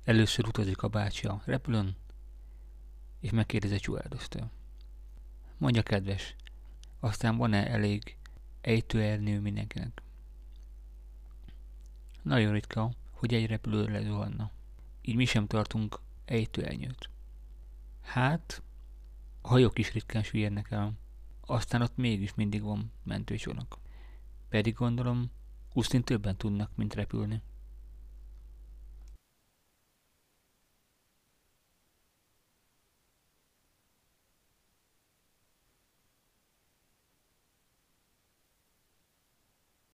Először utazik a bácsi a repülőn, és megkérdezi Csuárdostól. Mondja, kedves, aztán van-e elég ejtőernyő mindenkinek? Nagyon ritka, hogy egy repülő lezuhanna. Így mi sem tartunk ejtőernyőt. Hát, a hajók is ritkán süllyednek el, aztán ott mégis mindig van mentőcsónak. Pedig gondolom, úszni többen tudnak, mint repülni.